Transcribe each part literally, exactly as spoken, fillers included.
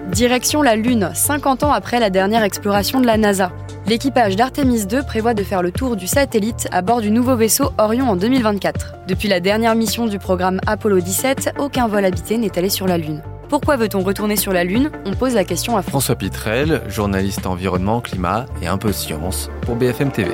Direction la Lune, cinquante ans après la dernière exploration de la NASA. L'équipage d'Artemis deux prévoit de faire le tour du satellite à bord du nouveau vaisseau Orion en deux mille vingt-quatre. Depuis la dernière mission du programme Apollo dix-sept, aucun vol habité n'est allé sur la Lune. Pourquoi veut-on retourner sur la Lune ? On pose la question à François Pitrel, journaliste environnement, climat et un peu science pour B F M T V.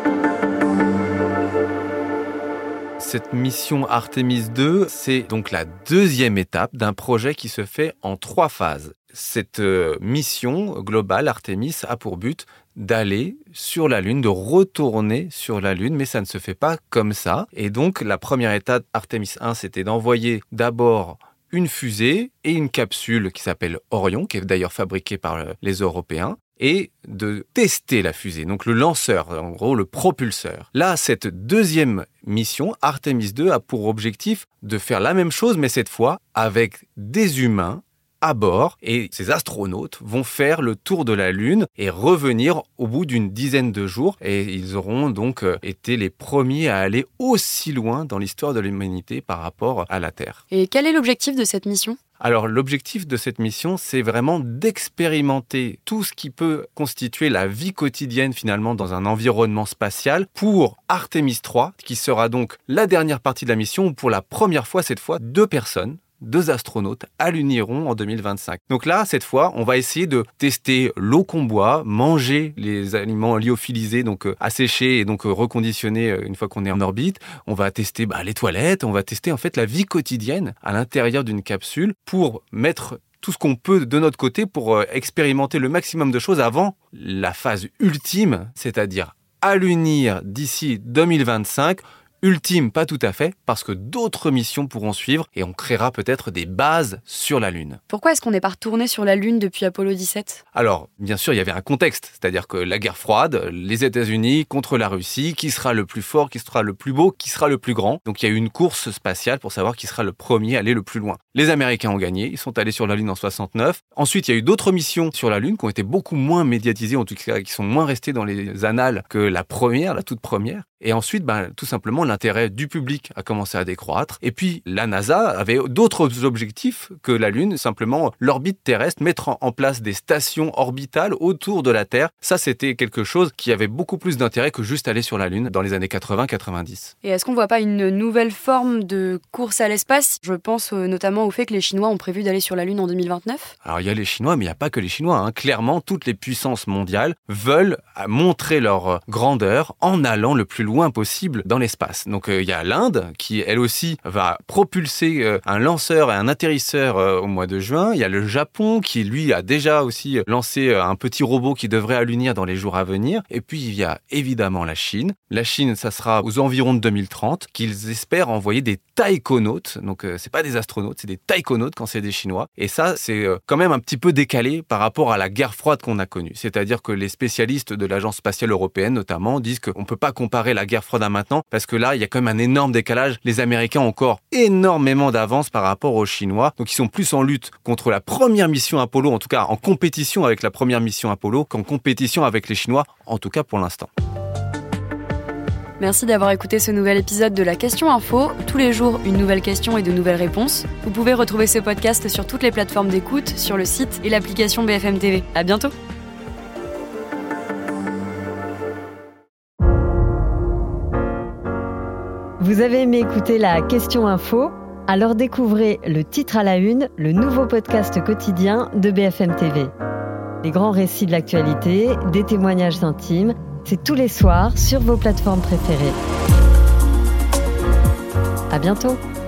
Cette mission Artemis deux, c'est donc la deuxième étape d'un projet qui se fait en trois phases. Cette euh, mission globale, Artemis, a pour but d'aller sur la Lune, de retourner sur la Lune, mais ça ne se fait pas comme ça. Et donc, la première étape, Artemis un, c'était d'envoyer d'abord une fusée et une capsule qui s'appelle Orion, qui est d'ailleurs fabriquée par les Européens, et de tester la fusée, donc le lanceur, en gros le propulseur. Là, cette deuxième mission, Artemis deux, a pour objectif de faire la même chose, mais cette fois avec des humains à bord, et ces astronautes vont faire le tour de la Lune et revenir au bout d'une dizaine de jours, et ils auront donc été les premiers à aller aussi loin dans l'histoire de l'humanité par rapport à la Terre. Et quel est l'objectif de cette mission ? Alors, l'objectif de cette mission, c'est vraiment d'expérimenter tout ce qui peut constituer la vie quotidienne finalement dans un environnement spatial pour Artemis trois, qui sera donc la dernière partie de la mission où pour la première fois, cette fois, deux personnes, deux astronautes alluniront en deux mille vingt-cinq. Donc là, cette fois, on va essayer de tester l'eau qu'on boit, manger les aliments lyophilisés, donc euh, asséchés et donc euh, reconditionnés euh, une fois qu'on est en orbite. On va tester bah, les toilettes, on va tester en fait la vie quotidienne à l'intérieur d'une capsule pour mettre tout ce qu'on peut de notre côté pour euh, expérimenter le maximum de choses avant la phase ultime, c'est-à-dire allunir d'ici deux mille vingt-cinq. Ultime, pas tout à fait, parce que d'autres missions pourront suivre et on créera peut-être des bases sur la Lune. Pourquoi est-ce qu'on n'est pas retourné sur la Lune depuis Apollo dix-sept ? Alors, bien sûr, il y avait un contexte, c'est-à-dire que la guerre froide, les États-Unis contre la Russie, qui sera le plus fort, qui sera le plus beau, qui sera le plus grand. Donc il y a eu une course spatiale pour savoir qui sera le premier à aller le plus loin. Les Américains ont gagné, ils sont allés sur la Lune en soixante-neuf. Ensuite, il y a eu d'autres missions sur la Lune qui ont été beaucoup moins médiatisées, en tout cas qui sont moins restées dans les annales que la première, la toute première. Et ensuite, ben, tout simplement, l'intérêt du public a commencé à décroître. Et puis, la NASA avait d'autres objectifs que la Lune, simplement l'orbite terrestre, mettre en place des stations orbitales autour de la Terre. Ça, c'était quelque chose qui avait beaucoup plus d'intérêt que juste aller sur la Lune dans les années quatre-vingts quatre-vingt-dix. Et est-ce qu'on ne voit pas une nouvelle forme de course à l'espace ? Je pense notamment au fait que les Chinois ont prévu d'aller sur la Lune en deux mille vingt-neuf. Alors, il y a les Chinois, mais il n'y a pas que les Chinois. Hein. Clairement, toutes les puissances mondiales veulent montrer leur grandeur en allant le plus loin loin possible dans l'espace. Donc il euh, y a l'Inde qui elle aussi va propulser euh, un lanceur et un atterrisseur euh, au mois de juin. Il y a le Japon qui lui a déjà aussi lancé euh, un petit robot qui devrait allunir dans les jours à venir. Et puis il y a évidemment la Chine. La Chine, ça sera aux environs de deux mille trente qu'ils espèrent envoyer des taïkonautes. Donc euh, c'est pas des astronautes, c'est des taïkonautes quand c'est des Chinois. Et ça c'est euh, quand même un petit peu décalé par rapport à la guerre froide qu'on a connue. C'est-à-dire que les spécialistes de l'Agence spatiale européenne notamment disent qu'on peut pas comparer la guerre froide à maintenant, parce que là, il y a quand même un énorme décalage. Les Américains ont encore énormément d'avance par rapport aux Chinois. Donc, ils sont plus en lutte contre la première mission Apollo, en tout cas en compétition avec la première mission Apollo, qu'en compétition avec les Chinois, en tout cas pour l'instant. Merci d'avoir écouté ce nouvel épisode de la Question Info. Tous les jours, une nouvelle question et de nouvelles réponses. Vous pouvez retrouver ce podcast sur toutes les plateformes d'écoute, sur le site et l'application B F M T V. À bientôt. Vous avez aimé écouter la Question Info ? Alors découvrez le titre à la une, le nouveau podcast quotidien de B F M T V. Les grands récits de l'actualité, des témoignages intimes, c'est tous les soirs sur vos plateformes préférées. À bientôt.